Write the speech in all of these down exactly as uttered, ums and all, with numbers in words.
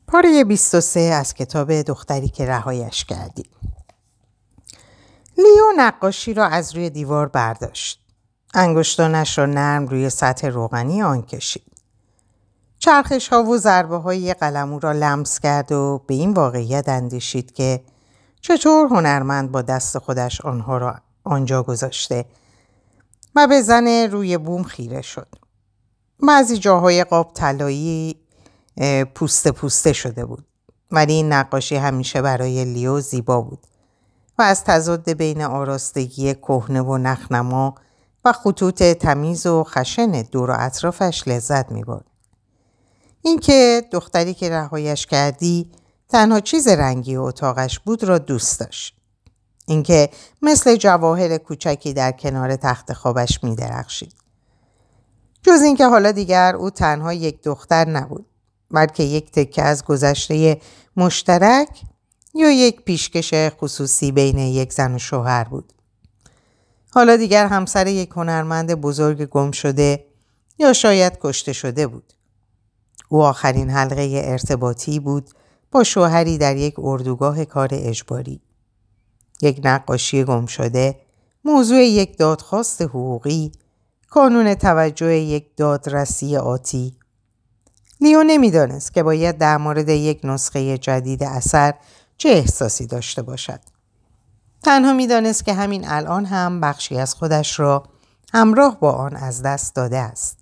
پاره بیست و سه از کتاب دختری که رهایش کردی. لیو نقاشی را از روی دیوار برداشت. انگشتانش را نرم روی سطح روغنی آن کشید. چرخش ها و ضربه های قلمو را لمس کرد و به این واقعیت اندیشید که چطور هنرمند با دست خودش آنها را آنجا گذاشته و به زن روی بوم خیره شد. بعضی جاهای قاب طلایی پوسته پوسته شده بود، ولی این نقاشی همیشه برای لیو زیبا بود و از تضاد بین آراستگی کهنه و نخنما و خطوط تمیز و خشن دور و اطرافش لذت می‌برد. اینکه دختری که رهایش کردی تنها چیز رنگی اتاقش بود را دوست داشت. اینکه مثل جواهر کوچکی در کنار تخت خوابش می‌درخشید. جز اینکه حالا دیگر او تنها یک دختر نبود، بلکه یک تکه از گذشته مشترک یا یک پیشکش خصوصی بین یک زن و شوهر بود. حالا دیگر همسر یک هنرمند بزرگ گم شده یا شاید کشته شده بود. او آخرین حلقه ارتباطی بود با شوهری در یک اردوگاه کار اجباری. یک نقاشی گم شده، موضوع یک دادخواست حقوقی، کانون توجه یک دادرسی آتی. لیو نمیدانست که باید در مورد یک نسخه جدید اثر چه احساسی داشته باشد. تنها میدانست که همین الان هم بخشی از خودش را همراه با آن از دست داده است.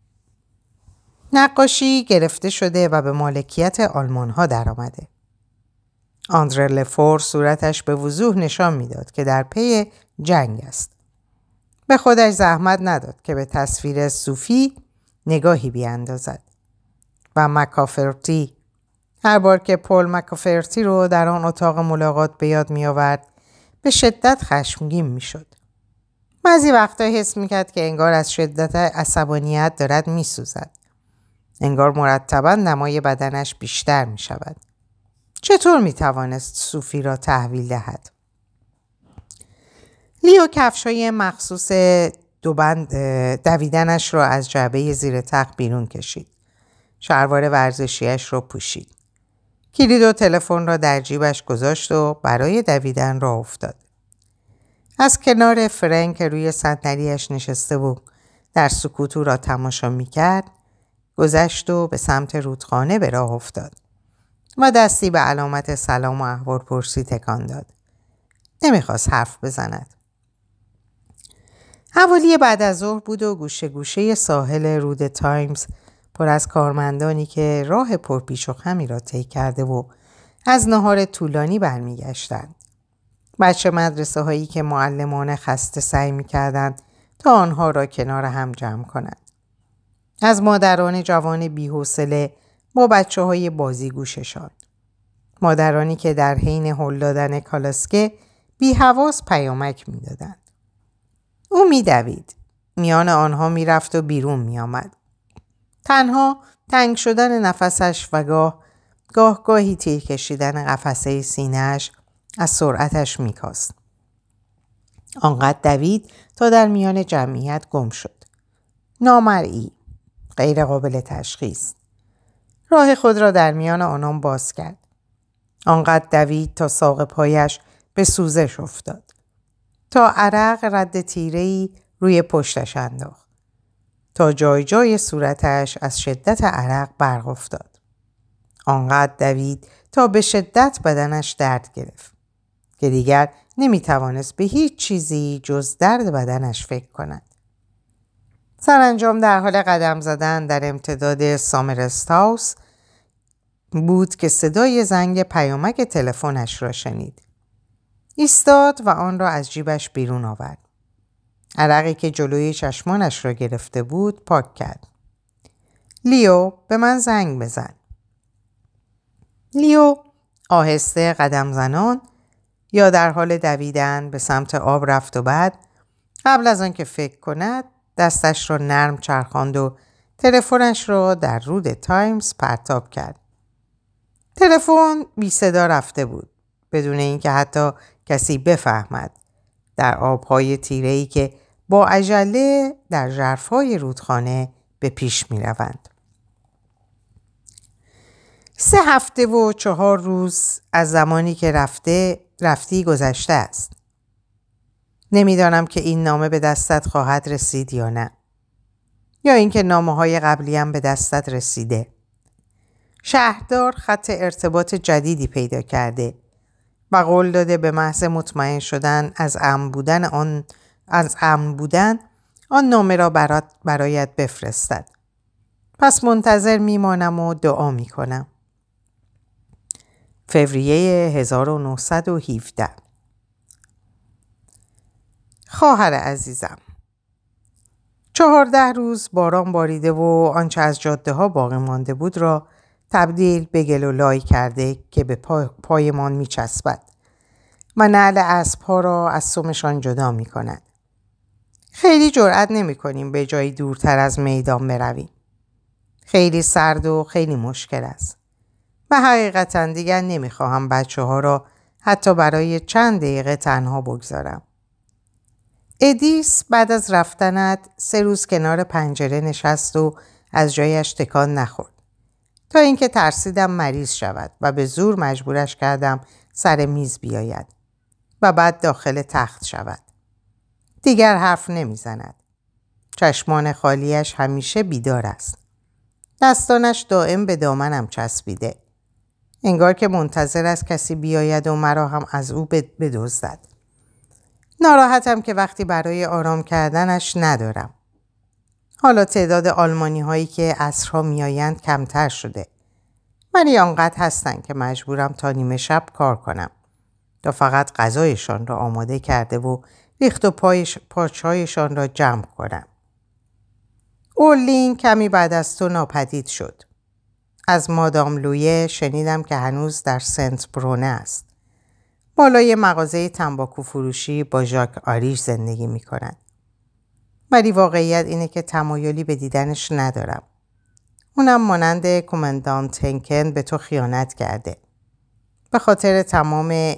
نقاشی گرفته شده و به مالکیت آلمان ها در آمده. آندره لفور صورتش به وضوح نشان میداد که در پی جنگ است. به خودش زحمت نداد که به تصویر صوفی نگاهی بیاندازد. و مکافرتی، هر بار که پل مکافرتی رو در آن اتاق ملاقات به یاد می آورد به شدت خشمگین می شد. بعضی وقتا حس می کرد که انگار از شدت عصبانیت دارد می سوزد. انگار مرتباً نمای بدنش بیشتر می شود. چطور می توانست صوفی را تحویل دهد؟ لیو کفشای مخصوص دوبند دویدنش را از جعبه زیر تخت بیرون کشید. شلوار ورزشیش را پوشید. کلید و تلفن را در جیبش گذاشت و برای دویدن راه افتاد. از کنار فرانک که روی صندلیاش نشسته و در سکوت او را تماشا می‌کرد، گذشت و به سمت رودخانه به راه افتاد و دستی به علامت سلام و احوالپرسی تکان داد. نمی‌خواست حرف بزند. حوالی بعد از ظهر بود و گوشه گوشه ساحل رود تایمز پر از کارمندانی که راه پرپیچ و خمی را طی کرده و از نهار طولانی برمیگشتند. بچه مدرسه هایی که معلمان خسته سعی می‌کردند تا آنها را کنار هم جمع کنند. از مادران جوان بی‌حوصله با بچه‌های بازیگوششان. مادرانی که در حین هل دادن کالاسکه بی‌حواس پیامک می‌دادند. او می‌دوید. میان آنها می‌رفت و بیرون می‌آمد. تنها تنگ شدن نفسش و گاه گاه گاهی تیر کشیدن قفسه سینه‌اش از سرعتش می‌کاست. آنقدر دوید تا در میان جمعیت گم شد. نامرئی، غیر قابل تشخیص. راه خود را در میان آنان باز کرد. آنقدر دوید تا ساق پایش به سوزش افتاد. تا عرق رد تیره‌ای روی پشتش انداخت. تا جای جای صورتش از شدت عرق برق افتاد. آنقدر دوید تا به شدت بدنش درد گرفت که دیگر نمیتوانست به هیچ چیزی جز درد بدنش فکر کند. سرانجام در حال قدم زدن در امتداد سامرست هاوس بود که صدای زنگ پیامک تلفنش را شنید. ایستاد و آن را از جیبش بیرون آورد. عرقی که جلوی چشمانش را گرفته بود پاک کرد. لیو، به من زنگ بزن. لیو آهسته قدم زنان یا در حال دویدن به سمت آب رفت و بعد قبل از آن که فکر کند دستش را نرم چرخاند و تلفنش را در رود تایمز پرتاب کرد. تلفن بی صدا رفته بود بدون اینکه حتی کسی بفهمد. در آبهای تیره‌ای که با عجله در ژرفای رودخانه به پیش می روند. سه هفته و چهار روز از زمانی که رفته رفتی گذشته است. نمیدانم که این نامه به دستت خواهد رسید یا نه، یا اینکه نامه‌های قبلی هم به دستت رسیده. شهردار خط ارتباط جدیدی پیدا کرده و قول داده به محض مطمئن شدن از امن بودن آن از امن بودن آن نامه را برات برایت بفرستد. پس منتظر میمانم و دعا میکنم. فوریه هزار و نهصد و هفده. خواهر عزیزم، چهارده روز باران باریده و آنچه از جاده ها باقی مانده بود را تبدیل به گل و لای کرده که به پای پایمان می چسبد و نعل اسب ها را از سمشان جدا می کند. خیلی جرأت نمی کنیم به جایی دورتر از میدان برویم. خیلی سرد و خیلی مشکل است و حقیقتا دیگر نمی خواهم بچه ها را حتی برای چند دقیقه تنها بگذارم. ادیس بعد از رفتنت سه روز کنار پنجره نشست و از جایش تکان نخورد تا اینکه ترسیدم مریض شود و به زور مجبورش کردم سر میز بیاید و بعد داخل تخت شود. دیگر حرف نمیزند. چشمان خالیش همیشه بیدار است. دستانش دائم به دامنم چسبیده. انگار که منتظر است کسی بیاید و مرا هم از او بدزدد. ناراحتم که وقتی برای آرام کردنش ندارم. حالا تعداد آلمانی هایی که عصرها میآیند کمتر شده. ولی آنقدر هستند که مجبورم تا نیمه شب کار کنم تا فقط غذایشان را آماده کرده و ریخت و پایش پاچهایشان را جمع کنم. اورلین کمی بعد از تو ناپدید شد. از مادام لویه شنیدم که هنوز در سنت برونه است. بالای مغازه تنباکو فروشی با ژاک آریش زندگی می کند. ولی واقعیت اینه که تمایلی به دیدنش ندارم. اونم مانند کماندانت هنکن به تو خیانت کرده. به خاطر تمام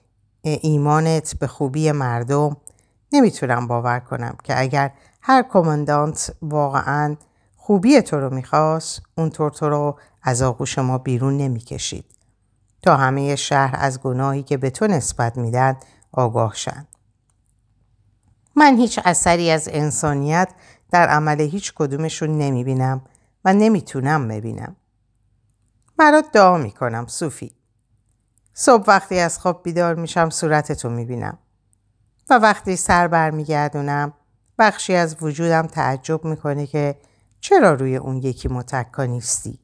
ایمانت به خوبی مردم نمیتونم باور کنم که اگر هر کماندانت واقعاً خوبی تو رو میخواست اونطور تو رو از آغوش ما بیرون نمیکشید تا همه شهر از گناهی که به تو نسبت میدن آگاه شن. من هیچ اثری از انسانیت در عمل هیچ کدومشون نمیبینم و نمیتونم ببینم. برات دعا میکنم صوفی. صبح وقتی از خواب بیدار میشم صورتتو میبینم و وقتی سر برمیگردونم بخشی از وجودم تعجب میکنه که چرا روی اون یکی متکا نیستی؟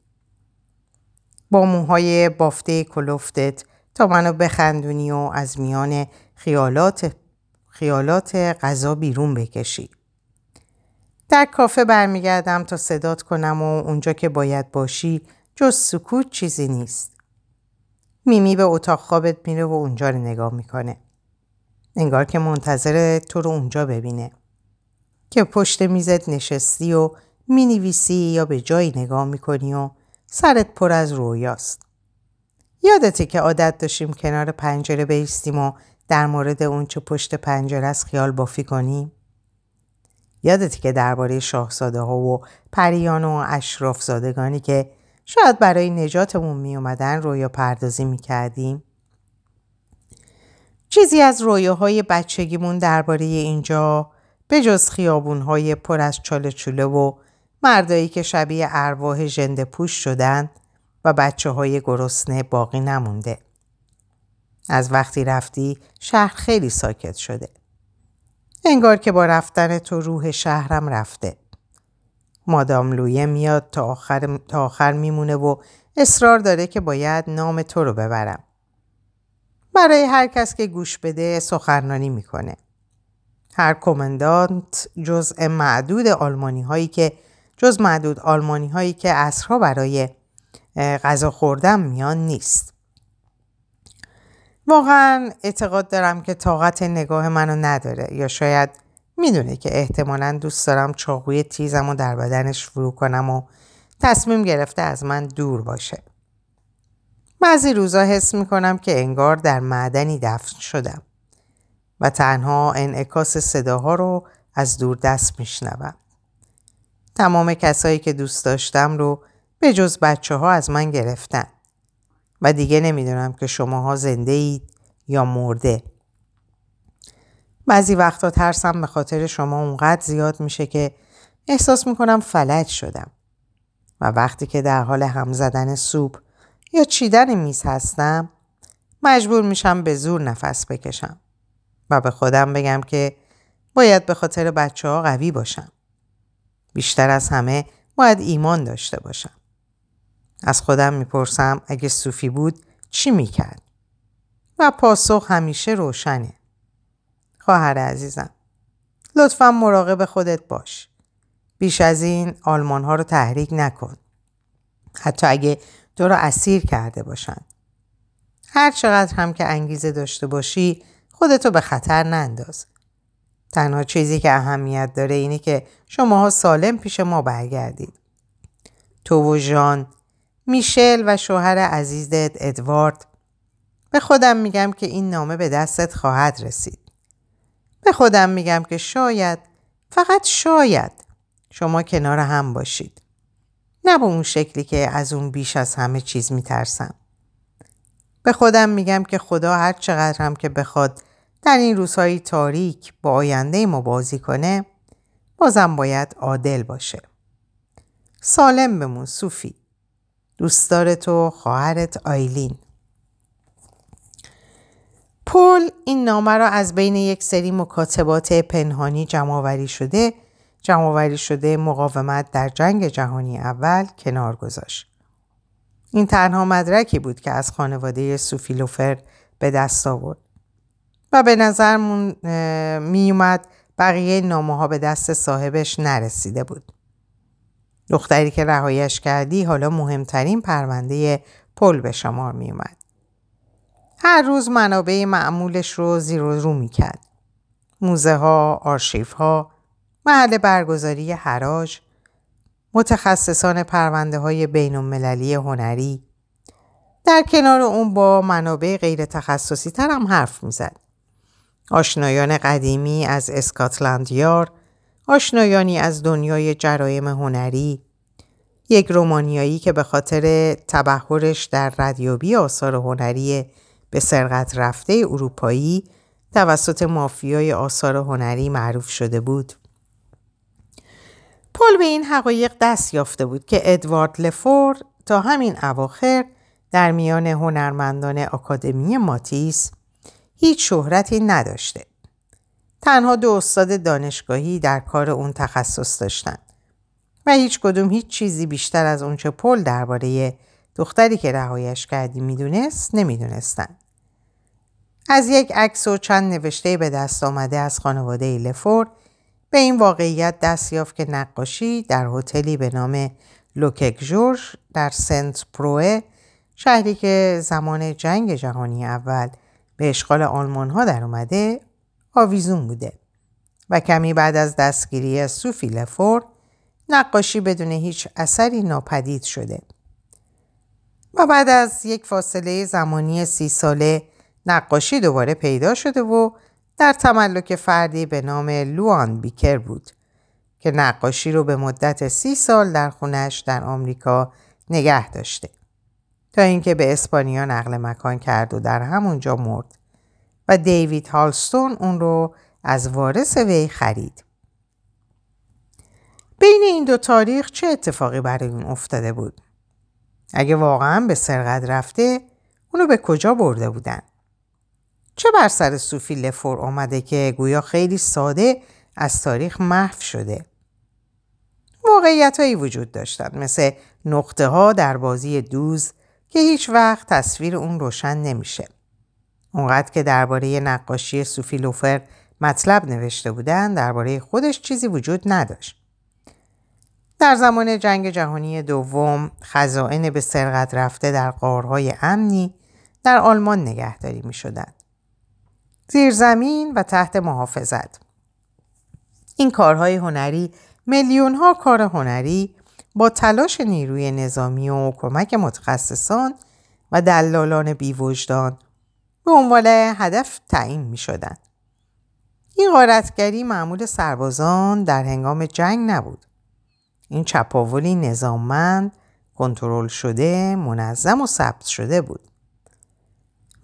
با موهای بافته کلفتت تا منو بخندونی و از میان خیالات خیالات غذا بیرون بکشی. در کافه برمیگردم تا صدات کنم و اونجا که باید باشی جز سکوت چیزی نیست. میمی به اتاق خوابت میره و اونجا رو نگاه میکنه. انگار که منتظر تو رو اونجا ببینه. که پشت میزت نشستی و مینویسی یا به جایی نگاه میکنی و سرت پر از رویاست. یادته که عادت داشتیم کنار پنجره بایستیم و در مورد اون چه پشت پنجره است خیال بافی کنیم؟ یادته که درباره شاهزاده ها و پریان و اشراف زادگانی که شاید برای نجاتمون می اومدن رویا پردازی می کردیم؟ چیزی از رویاهای بچگیمون درباره اینجا به جز خیابونهای پر از چاله چوله و مردایی که شبیه ارواح ژنده پوش شدن و بچه های گرسنه باقی نمونده. از وقتی رفتی شهر خیلی ساکت شده. انگار که با رفتن تو روح شهرم رفته. مادام لویه میاد تا آخر, تا آخر میمونه و اصرار داره که باید نام تو رو ببرم. برای هر کس که گوش بده سخنرانی میکنه. هر کماندانت جزء معدود آلمانی هایی که جز معدود آلمانی هایی که عصرها برای غذا خوردن میان نیست. واقعا اعتقاد دارم که طاقت نگاه منو نداره یا شاید میدونه که احتمالاً دوست دارم چاقوی تیزمو در بدنش فرو کنم و تصمیم گرفته از من دور باشه. بعضی روزا حس میکنم که انگار در معدنی دفن شدم و تنها انعکاس صداها رو از دور دست میشنوم. تمام کسایی که دوست داشتم رو به جز بچه ها از من گرفتن. و دیگه نمیدونم که شماها زنده اید یا مرده. بعضی وقتا ترسم به خاطر شما اونقدر زیاد میشه که احساس میکنم فلج شدم و وقتی که در حال هم زدن سوپ یا چیدن میز هستم مجبور میشم به زور نفس بکشم و به خودم بگم که باید به خاطر بچه ها قوی باشم. بیشتر از همه باید ایمان داشته باشم. از خودم میپرسم اگه صوفی بود چی میکرد؟ و پاسخ همیشه روشنه. خواهر عزیزم، لطفاً مراقب خودت باش. بیش از این آلمان ها رو تحریک نکن. حتی اگه تو رو اسیر کرده باشن. هر چقدر هم که انگیزه داشته باشی خودتو به خطر ننداز. تنها چیزی که اهمیت داره اینه که شماها سالم پیش ما برگردید. تو و ژان، میشل و شوهر عزیزت ادوارد. به خودم میگم که این نامه به دستت خواهد رسید. به خودم میگم که شاید، فقط شاید شما کنار هم باشید. نه به اون شکلی که از اون بیش از همه چیز میترسم. به خودم میگم که خدا هر چقدر هم که بخواد در این روزهای تاریک با آینده ما بازی کنه، بازم باید عادل باشه. سالم بمون صوفی. دوستدار تو، خواهرت آیلین. پل این نامه را از بین یک سری مکاتبات پنهانی جمع‌آوری شده جمع‌آوری شده مقاومت در جنگ جهانی اول کنار گذاشت. این تنها مدرکی بود که از خانواده صوفی لوفر به دست آورد و به نظر می اومد بقیه نامه ها به دست صاحبش نرسیده بود. دختری که رهایش کردی حالا مهمترین پرونده پل به شمار می اومد. هر روز منابع معمولش رو زیر و رو می کرد. موزه ها، آرشیف ها، محل برگزاری حراج، متخصصان پرونده های بین المللی هنری. در کنار اون با منابع غیر تخصصی تر هم حرف می زد. آشنایان قدیمی از اسکاتلند یارد، آشنایانی از دنیای جرایم هنری، یک رومانیایی که به خاطر تبحرش در ردیابی آثار هنری به سرقت رفته اروپایی توسط مافیای آثار هنری معروف شده بود. پل به این حقایق دست یافته بود که ادوارد لفور تا همین اواخر در میان هنرمندان آکادمی ماتیس هیچ شهرتی نداشته. تنها دو استاد دانشگاهی در کار اون تخصص داشتن و هیچ کدوم هیچ چیزی بیشتر از اون چه پل درباره دختری که رهایش کردی میدونست نمیدونستن. از یک عکس و چند نوشته به دست آمده از خانواده لفور به این واقعیت دست یافت که نقاشی در هتلی به نام لوکک جورج در سنت پروه، شهری که زمان جنگ جهانی اول به اشغال آلمان ها در اومده، آویزون بوده و کمی بعد از دستگیری صوفی لفور نقاشی بدون هیچ اثری ناپدید شده و بعد از یک فاصله زمانی سی ساله نقاشی دوباره پیدا شده و در تملک فردی به نام لوان بیکر بود که نقاشی رو به مدت سی سال در خونش در آمریکا نگه داشته تا اینکه به اسپانیا نقل مکان کرد و در همونجا مرد و دیوید هالستون اون رو از وارث وی خرید. بین این دو تاریخ چه اتفاقی برای اون افتاده بود؟ اگه واقعا به سرقت رفته اونو به کجا برده بودن؟ چه بر سر صوفی لفور آمده که گویا خیلی ساده از تاریخ محو شده؟ واقعیت هایی وجود داشتن مثل نقطه ها در بازی دوز که هیچ وقت تصویر اون روشن نمیشه. اونقدر که درباره نقاشی صوفی لوفر مطلب نوشته بودن درباره خودش چیزی وجود نداشت. در زمان جنگ جهانی دوم خزائن به سرقت رفته در غارهای امنی در آلمان نگهداری می شدن. زیر زمین و تحت محافظت. این کارهای هنری، میلیون ها کار هنری با تلاش نیروی نظامی و کمک متخصصان و دلالان بی‌وجدان به عنوان هدف تعیین می شدن. این غارتگری معمول سربازان در هنگام جنگ نبود. این چپاولی نظاممند، کنترل شده، منظم و ثبت شده بود.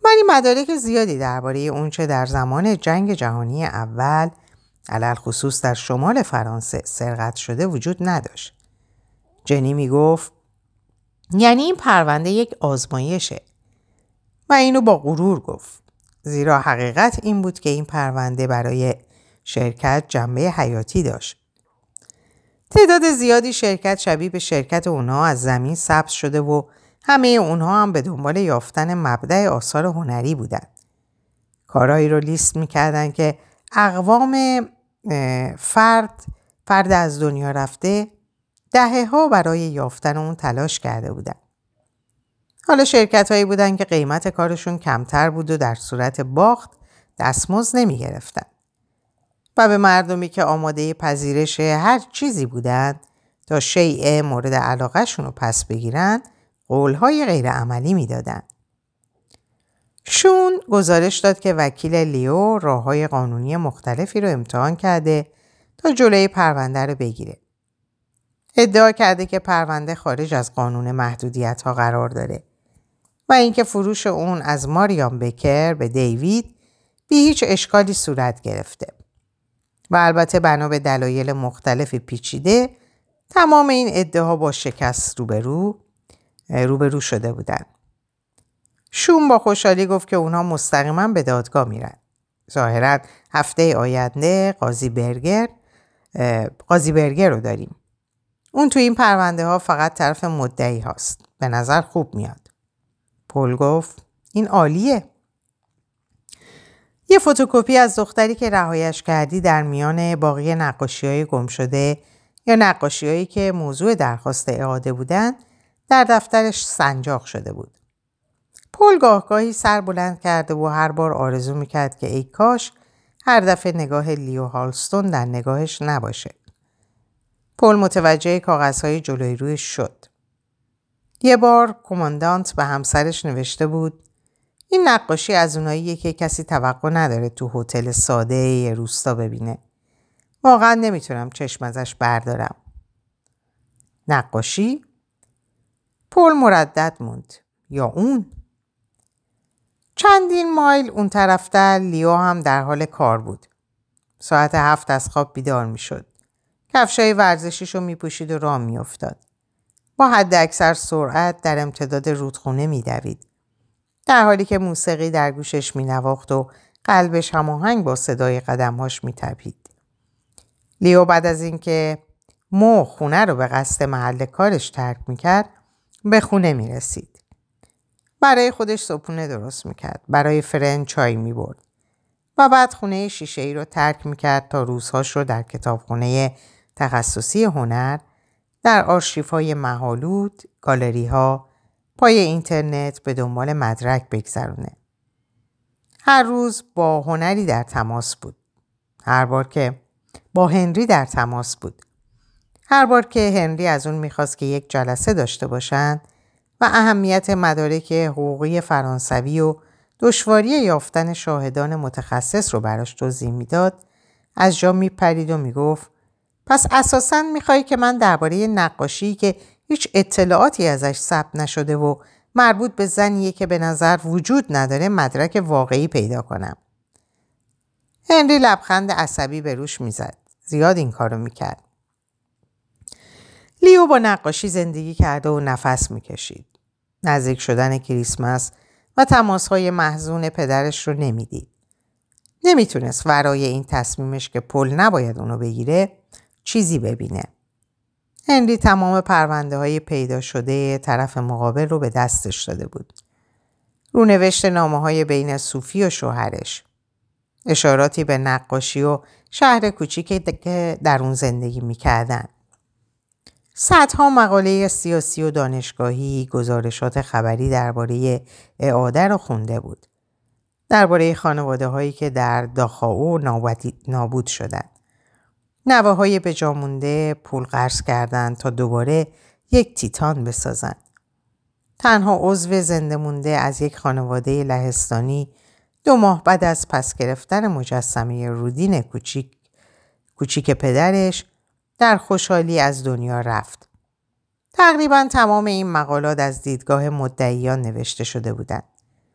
ولی مدارک زیادی درباره اونچه در زمان جنگ جهانی اول علل خصوص در شمال فرانسه سرقت شده وجود نداشت. جنی می گفت یعنی این پرونده یک آزمایشه و اینو با غرور گفت، زیرا حقیقت این بود که این پرونده برای شرکت جنبه حیاتی داشت. تعداد زیادی شرکت شبیه به شرکت اونها از زمین سبز شده و همه اونها هم به دنبال یافتن مبدأ آثار هنری بودند. کارهایی رو لیست میکردن که اقوام فرد فرد از دنیا رفته دهه ها برای یافتن اون تلاش کرده بودن. حالا شرکت هایی بودن که قیمت کارشون کمتر بود و در صورت باخت دستمزد نمی گرفتن و به مردمی که آماده پذیرش هر چیزی بودن تا شیء مورد علاقه شون رو پس بگیرن قولهای غیر عملی می دادن. شون گزارش داد که وکیل لیو راههای قانونی مختلفی رو امتحان کرده تا جلوی پرونده رو بگیره. ادعا کرده که پرونده خارج از قانون محدودیت ها قرار داره و اینکه فروش اون از ماریام بکر به دیوید بی هیچ اشکالی صورت گرفته و البته بنا به دلایل مختلف پیچیده تمام این ادعاها با شکست روبرو روبرو شده بودن. شون با خوشحالی گفت که اونها مستقیما به دادگاه میرن. ظاهرا هفته آینده قاضی برگر قاضی برگر رو داریم. اون تو این پرونده ها فقط طرف مدعی هاست. به نظر خوب میاد. پول گفت این عالیه. یه فتوکپی از دختری که رهایش کردی در میان باقی نقاشی‌های گم شده یا نقاشی‌هایی که موضوع درخواست اعاده بودن در دفترش سنجاق شده بود. پول گاهگاهی سر بلند کرده و هر بار آرزو میکرد که ای کاش هر دفعه نگاه لیو هالستون در نگاهش نباشه. پول متوجه کاغذهای جلوی رویش شد. یه بار کماندانت به همسرش نوشته بود این نقاشی از اوناییه که کسی توقع نداره تو هتل ساده روستا ببینه. واقعا نمیتونم چشم ازش بردارم. نقاشی؟ پول مردد موند. یا اون؟ چندین مایل اون طرفتر لیو هم در حال کار بود. ساعت هفت از خواب بیدار می شد. کفشای ورزشیشو می پوشید و راه می افتاد. با حد اکثر سرعت در امتداد رودخونه می دوید. در حالی که موسیقی در گوشش می نواخت و قلبش هماهنگ با صدای قدمهاش می تپید. لیو بعد از اینکه مو خونه رو به قصد محل کارش ترک می کرد به خونه می رسید. برای خودش صبحونه درست میکرد. برای فرن چای میبرد. و بعد خونه شیشه‌ای رو ترک میکرد تا روزهاش رو در کتابخونه تخصصی هنر، در آرشیف‌های مه‌آلود، گالری‌ها، پای اینترنت به دنبال مدرک بگذرونه. هر روز با هنری در تماس بود. هر بار که با هنری در تماس بود. هر بار که هنری از اون میخواست که یک جلسه داشته باشند و اهمیت مدارک حقوقی فرانسوی و دشواری یافتن شاهدان متخصص رو براش توضیح میداد، از جا میپرید و میگفت پس اساساً میخوای که من درباره نقاشی که هیچ اطلاعاتی ازش ثبت نشده و مربوط به زنیه که به نظر وجود نداره مدرک واقعی پیدا کنم. هنری لبخند عصبی به روش میزد. زیاد این کارو میکرد. لیو با نقاشی زندگی کرده و نفس میکشید. نزدیک شدن کریسمس و تماسهای محزون پدرش رو نمیدید. نمیتونست ورای این تصمیمش که پول نباید اونو بگیره چیزی ببینه. هنری تمام پرونده های پیدا شده طرف مقابل رو به دستش داده بود. رونوشت نامه های بین صوفی و شوهرش. اشاراتی به نقاشی و شهر کوچیکی که در اون زندگی میکردن. صدها مقاله سیاسی و دانشگاهی، گزارشات خبری درباره اعاده رو خونده بود. درباره خانواده هایی که در داخاو نابود شدند. نوه های بجامونده پول قرض کردند تا دوباره یک تیتان بسازند. تنها عضو زنده مونده از یک خانواده لهستانی دو ماه بعد از پس گرفتن مجسمه رودین کوچیک کوچیک پدرش در خوشحالی از دنیا رفت. تقریباً تمام این مقالات از دیدگاه مدعیان نوشته شده بودند.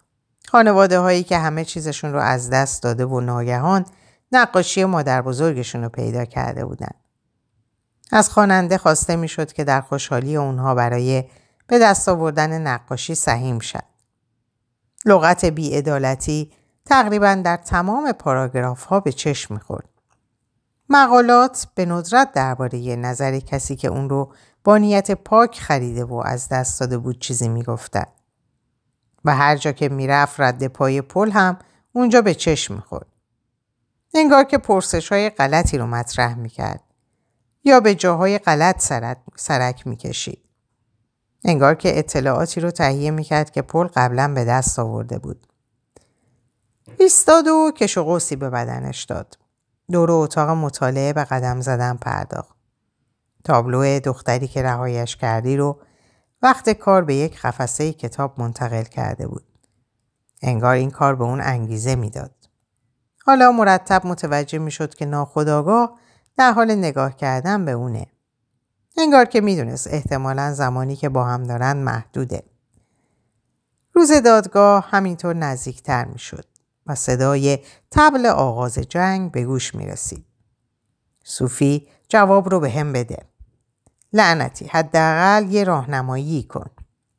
خانواده هایی که همه چیزشون رو از دست داده و ناگهان نقاشی مادر بزرگشون رو پیدا کرده بودن. از خواننده خواسته می شد که در خوشحالی اونها برای به دست آوردن نقاشی سهیم شد. لغت بی‌عدالتی تقریباً در تمام پاراگراف ها به چشم می خورد. مقالات به ندرت درباره نظر کسی که اون رو با نیت پاک خریده و از دست داده بود چیزی می گفتن. و هر جا که می رفت رد پای پل هم اونجا به چشم می خورد. انگار که پرسش های غلطی رو مطرح می کرد. یا به جاهای غلط سرک, سرک می کشید. انگار که اطلاعاتی رو تهیه می کرد که پل قبلا به دست آورده بود. ایستاد و کش و قوسی به بدنش داد. دور اتاق مطالعه به قدم زدن پرداخت. تابلو دختری که رهایش کردی رو وقت کار به یک قفسه کتاب منتقل کرده بود. انگار این کار به اون انگیزه میداد. حالا مرتب متوجه میشد که ناخودآگاه در حال نگاه کردن به اونه. انگار که میدونست احتمالاً زمانی که با هم دارن محدوده. روز دادگاه همینطور نزدیکتر میشد و صدای طبل آغاز جنگ به گوش میرسید. صوفی جواب رو به هم بده. لعنتی، حداقل یه راهنمایی کن.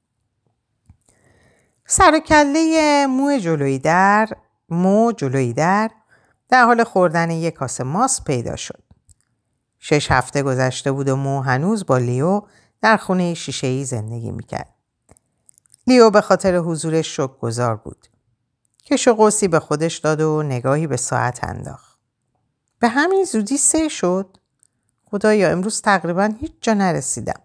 سر و کله مو جلویی در مو جلویی در در حال خوردن یک کاسه ماست پیدا شد. شش هفته گذشته بود و مو هنوز با لیو در خونه شیشه‌ای زندگی میکرد. لیو به خاطر حضورش شکرگزار بود. کش و قوسی به خودش داد و نگاهی به ساعت انداخت. به همین زودی سه شد؟ خدایا امروز تقریبا هیچ جا نرسیدم.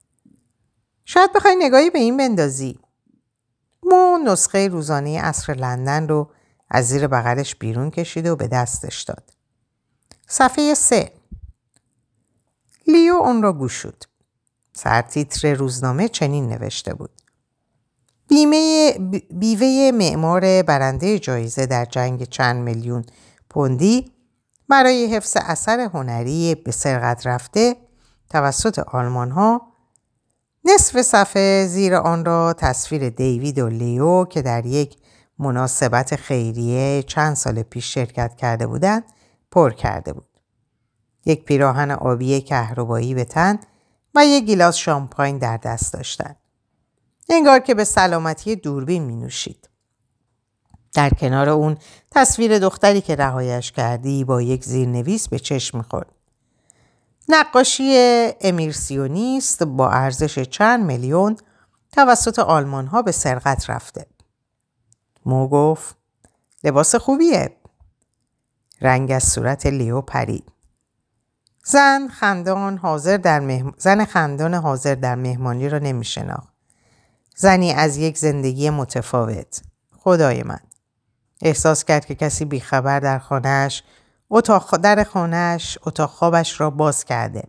شاید بخوای نگاهی به این بندازی. مو نسخه روزانه عصر لندن رو از زیر بغلش بیرون کشید و به دستش داد. صفحه سه. لیو اون را گشود. سرتیتر روزنامه چنین نوشته بود: بیمه بیوه معمار برنده جایزه در جنگ چند میلیون پوندی برای حفظ اثر هنری به سرقت رفته توسط آلمان ها. نصف صفحه زیر آن را تصویر دیوید و لیو که در یک مناسبت خیریه چند سال پیش شرکت کرده بودند پر کرده بود. یک پیراهن آبی کهربایی به تن و یک گیلاس شامپاین در دست داشتند. انگار که به سلامتی دوربین می نوشید. در کنار اون تصویر دختری که رهایش کردی با یک زیرنویس به چشم می خورد. نقاشی امیرسیونیست با ارزش چند میلیون توسط آلمان ها به سرقت رفته. مو گفت: لباس خوبیه. رنگ از صورت لیو پرید. زن خندان حاضر در مهم... زن خندان حاضر در مهمانی را نمی شناخت. زنی از یک زندگی متفاوت. خدای من. احساس کرد که کسی بیخبر در خانهش اتاق در خانهش اتاق خوابش را باز کرده.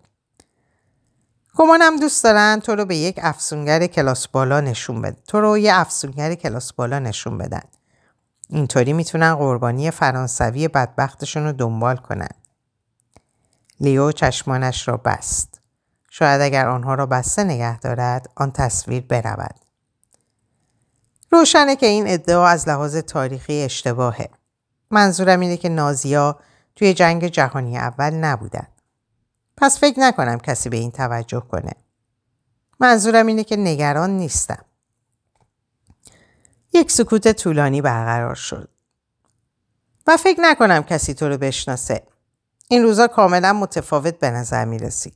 گمانم دوست دارن تو رو به یک افسونگر کلاس بالا نشون بده. تو رو یه افسونگر کلاس بالا نشون بدن. اینطوری میتونن قربانی فرانسوی بدبختشون رو دنبال کنن. لیو چشمانش را بست. شاید اگر آنها را بسته نگه دارد آن تصویر برود. روشنه که این ادعا از لحاظ تاریخی اشتباهه. منظورم اینه که نازی‌ها توی جنگ جهانی اول نبودن. پس فکر نکنم کسی به این توجه کنه. منظورم اینه که نگران نیستم. یک سکوت طولانی برقرار شد. و فکر نکنم کسی تو رو بشناسه. این روزا کاملا متفاوت به نظر می رسی.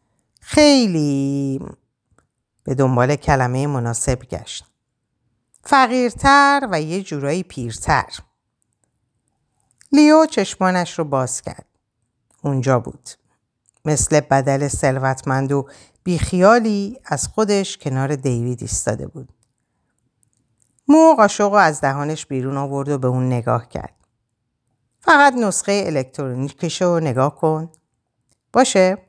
خیلی به دنبال کلمه مناسب گشت. فقیرتر و یه جورایی پیرتر. لیو چشمانش رو باز کرد. اونجا بود. مثل بدل ثروتمند و بیخیالی از خودش کنار دیوید ایستاده بود. مو قاشق از دهانش بیرون آورد و به اون نگاه کرد. فقط نسخه الکترونیکش رو نگاه کن. باشه؟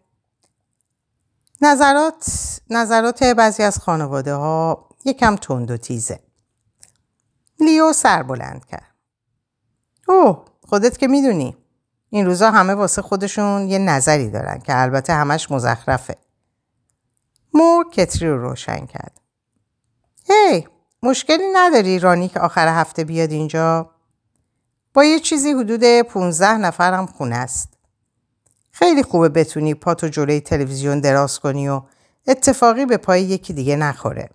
نظرات نظرات بعضی از خانواده ها یکم تند و تیزه. لیو سر بلند کرد. اوه، خودت که میدونی. این روزا همه واسه خودشون یه نظری دارن که البته همش مزخرفه. مو کتری رو روشن کرد. هی، مشکلی نداری رانی که آخر هفته بیاد اینجا؟ با یه چیزی حدود پونزده نفرم خونه است. خیلی خوبه بتونی پاتو جلوی تلویزیون دراز کنی و اتفاقی به پای یکی دیگه نخوره.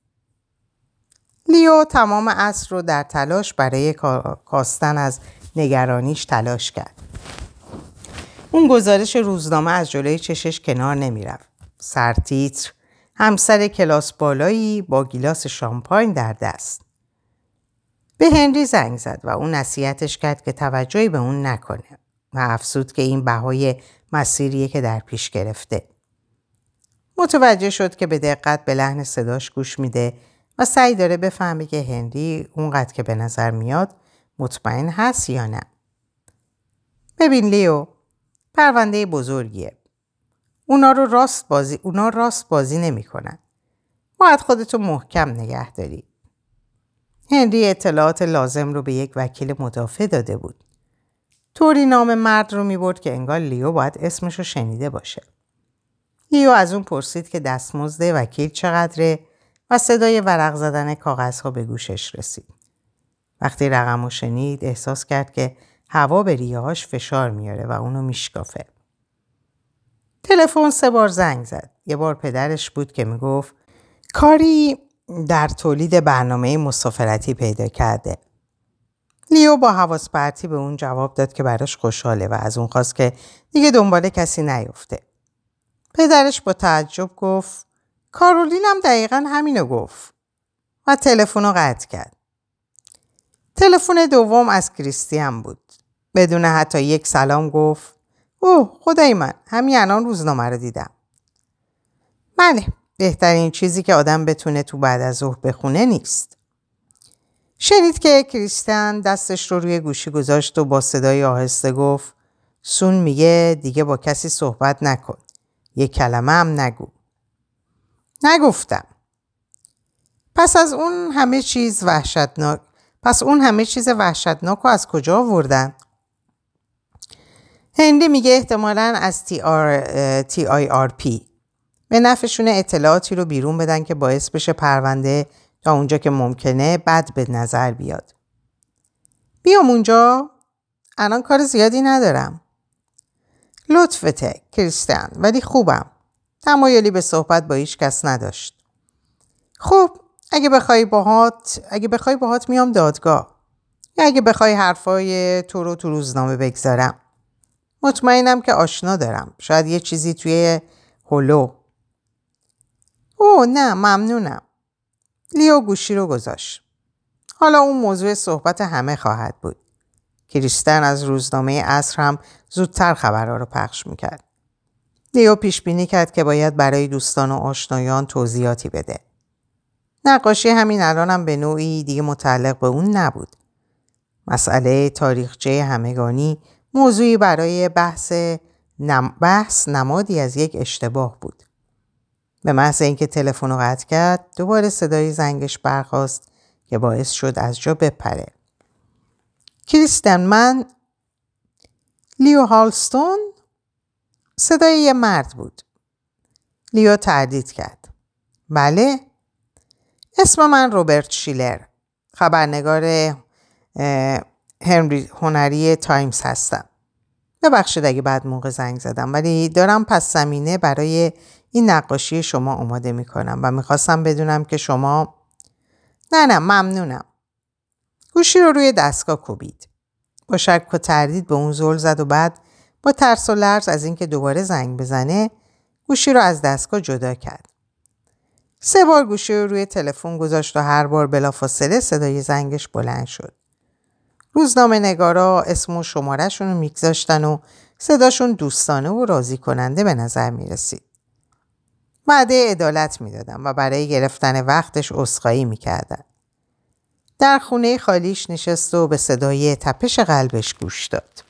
لیو تمام عصر رو در تلاش برای کاستن از نگرانیش تلاش کرد. اون گزارش روزنامه از جلوی چشش کنار نمی رفت. سرتیتر همسر کلاس بالایی با گیلاس شامپاین در دست. به هنری زنگ زد و اون نصیحتش کرد که توجهی به اون نکنه و افسود که این بهای مسیریه که در پیش گرفته. متوجه شد که به دقت به لحن صداش گوش میده و سعی داره بفهمه که هنری اونقدر که به نظر میاد مطمئن هست یا نه. ببین لیو، پرونده بزرگیه. اونا رو راست بازی اونا راست بازی نمی‌کنن. باید خودتو محکم نگه داری. هنری اطلاعات لازم رو به یک وکیل مدافع داده بود. طوری نام مرد رو می‌برد که انگار لیو باید اسمش رو شنیده باشه. لیو از اون پرسید که دستمزد وکیل چقدره و صدای ورق زدن کاغذها به گوشش رسید. وقتی رقم رو شنید احساس کرد که هوا به ریه‌هاش فشار میاره و اونو میشکافه. تلفن سه بار زنگ زد. یه بار پدرش بود که میگفت کاری در تولید برنامه مسافرتی پیدا کرده. لیو با حواس پرتی به اون جواب داد که براش خوشحاله و از اون خواست که دیگه دنبال کسی نیفته. پدرش با تعجب گفت کارولین هم دقیقاً همینو گفت و تلفن رو قطع کرد. تلفن دوم از کریستیان بود. بدون حتی یک سلام گفت اوه خدای من، همین الان روزنامه رو دیدم. بله، بهترین چیزی که آدم بتونه تو بعد از ظهر بخونه نیست. شنید که کریستیان دستش رو روی گوشی گذاشت و با صدای آهسته گفت سون میگه دیگه با کسی صحبت نکن. یک کلمه هم نگو. نگفتم. پس از اون همه چیز وحشتناک پس اون همه چیز وحشتناک رو از کجا آوردن؟ هنری میگه احتمالاً از تی آر تی آی آر پی. به نفعشونه اطلاعاتی رو بیرون بدن که باعث بشه پرونده تا اونجا که ممکنه بد به نظر بیاد. بیام اونجا؟ الان کار زیادی ندارم. لطفته کریستیان، ولی خوبم. تمایلی به صحبت با هیچ کس نداشت. خب اگه بخوای باهات اگه بخوای باهات میام دادگاه. یا اگه بخوای حرفای تو رو تو روزنامه بگذارم. مطمئنم که آشنا دارم. شاید یه چیزی توی هلو. اوه نه ممنونم. لیو گوشی رو گذاشت. حالا اون موضوع صحبت همه خواهد بود. کریستیان از روزنامه عصر هم زودتر خبرها رو پخش میکرد. لیو پیش بینی کرد که باید برای دوستان و آشنایان توضیحاتی بده. نقاشی همین الان هم به نوعی دیگه متعلق به اون نبود. مسئله تاریخچه همگانی موضوعی برای بحث نم... بحث نمادی از یک اشتباه بود. به محض اینکه تلفن رو قطع کرد دوباره صدای زنگش برخاست که باعث شد از جا بپره. کریستیان، من لیو هالستون؟ صدای یه مرد بود. لیو تردید کرد. بله؟ اسم من روبرت شیلر، خبرنگار هنری هنری تایمز هستم. ببخشید اگه بعد موقع زنگ زدم، ولی دارم پس زمینه برای این نقاشی شما آماده میکنم و میخواستم بدونم که شما... نه نه ممنونم. گوشی رو روی دستگاه کوبید. با شک و تردید به اون زل زد و بعد با ترس و لرز از اینکه دوباره زنگ بزنه گوشی رو از دستگاه جدا کرد. سه بار گوشی رو روی تلفن گذاشت و هر بار بلافاصله صدای زنگش بلند شد. روزنامه نگارا اسم و شماره‌شون رو میگذاشتن و صداشون دوستانه و راضی کننده به نظر می رسید. وعده عدالت می دادن و برای گرفتن وقتش عذرخواهی می کردن. در خونه خالیش نشست و به صدای تپش قلبش گوش داد.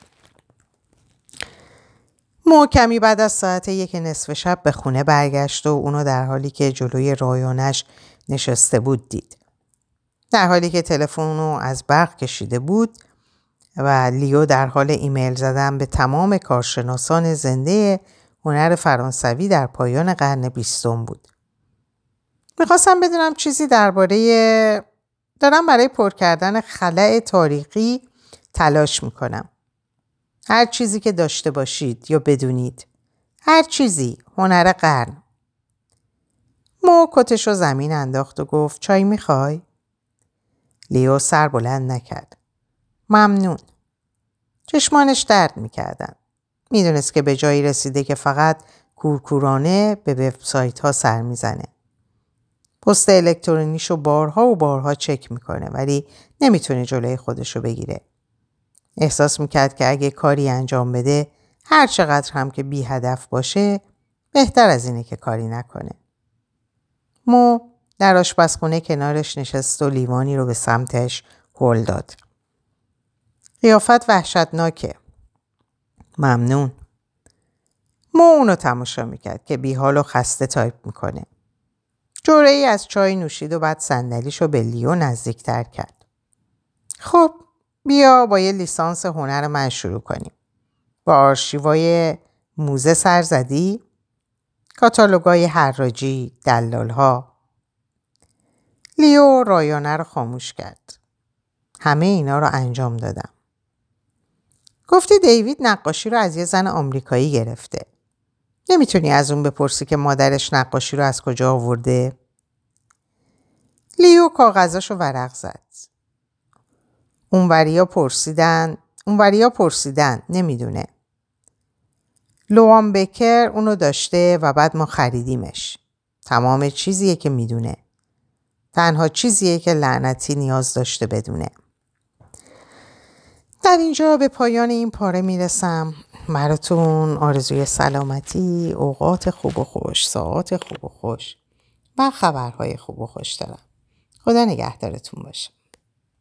محکمی بعد از ساعت یک نصف شب به خونه برگشت و اونو در حالی که جلوی رایانش نشسته بود دید. در حالی که تلفن رو از برق کشیده بود و لیو در حال ایمیل زدن به تمام کارشناسان زنده هنر فرانسوی در پایان قرن بیستم بود. میخواستم بدونم چیزی درباره دارم برای پر کردن خلأ تاریخی تلاش میکنم. هر چیزی که داشته باشید یا بدونید. هر چیزی. هنر قرن. مو کتشو زمین انداخت و گفت چای میخوای؟ لیو سر بلند نکرد. ممنون. چشمانش درد میکردن. میدونست که به جایی رسیده که فقط کورکورانه به وبسایت ها سر میزنه. پست الکترونیشو بارها و بارها چک میکنه ولی نمیتونه جلوی خودشو بگیره. احساس میکرد که اگه کاری انجام بده هر چقدر هم که بی هدف باشه بهتر از اینه که کاری نکنه. مو در آشپزخونه کنارش نشست و لیوانی رو به سمتش هل داد. قیافت وحشتناکه. ممنون. مو اونو تماشا میکرد که بی حال و خسته تایپ میکنه. جوره ای از چای نوشید و بعد صندلیشو به لیو نزدیکتر کرد. خب بیا با یه لیسانس هنر من شروع کنیم. با آرشیوای موزه سر زدی؟ کاتالوگای حراجی، دلالها. لیو رایانه رو خاموش کرد. همه اینا رو انجام دادم. گفتی دیوید نقاشی رو از یه زن آمریکایی گرفته. نمیتونی از اون بپرسی که مادرش نقاشی رو از کجا آورده؟ لیو کاغذاشو ورق زد. اونوریا پرسیدن، اونوریا پرسیدن، نمیدونه. لوان بکر اونو داشته و بعد ما خریدیمش. تمام چیزیه که میدونه. تنها چیزیه که لعنتی نیاز داشته بدونه. در اینجا به پایان این پاره میرسم. براتون آرزوی سلامتی، اوقات خوب و خوش، ساعات خوب و خوش و خبرهای خوب و خوش دارم. خدا نگهدارتون باشه.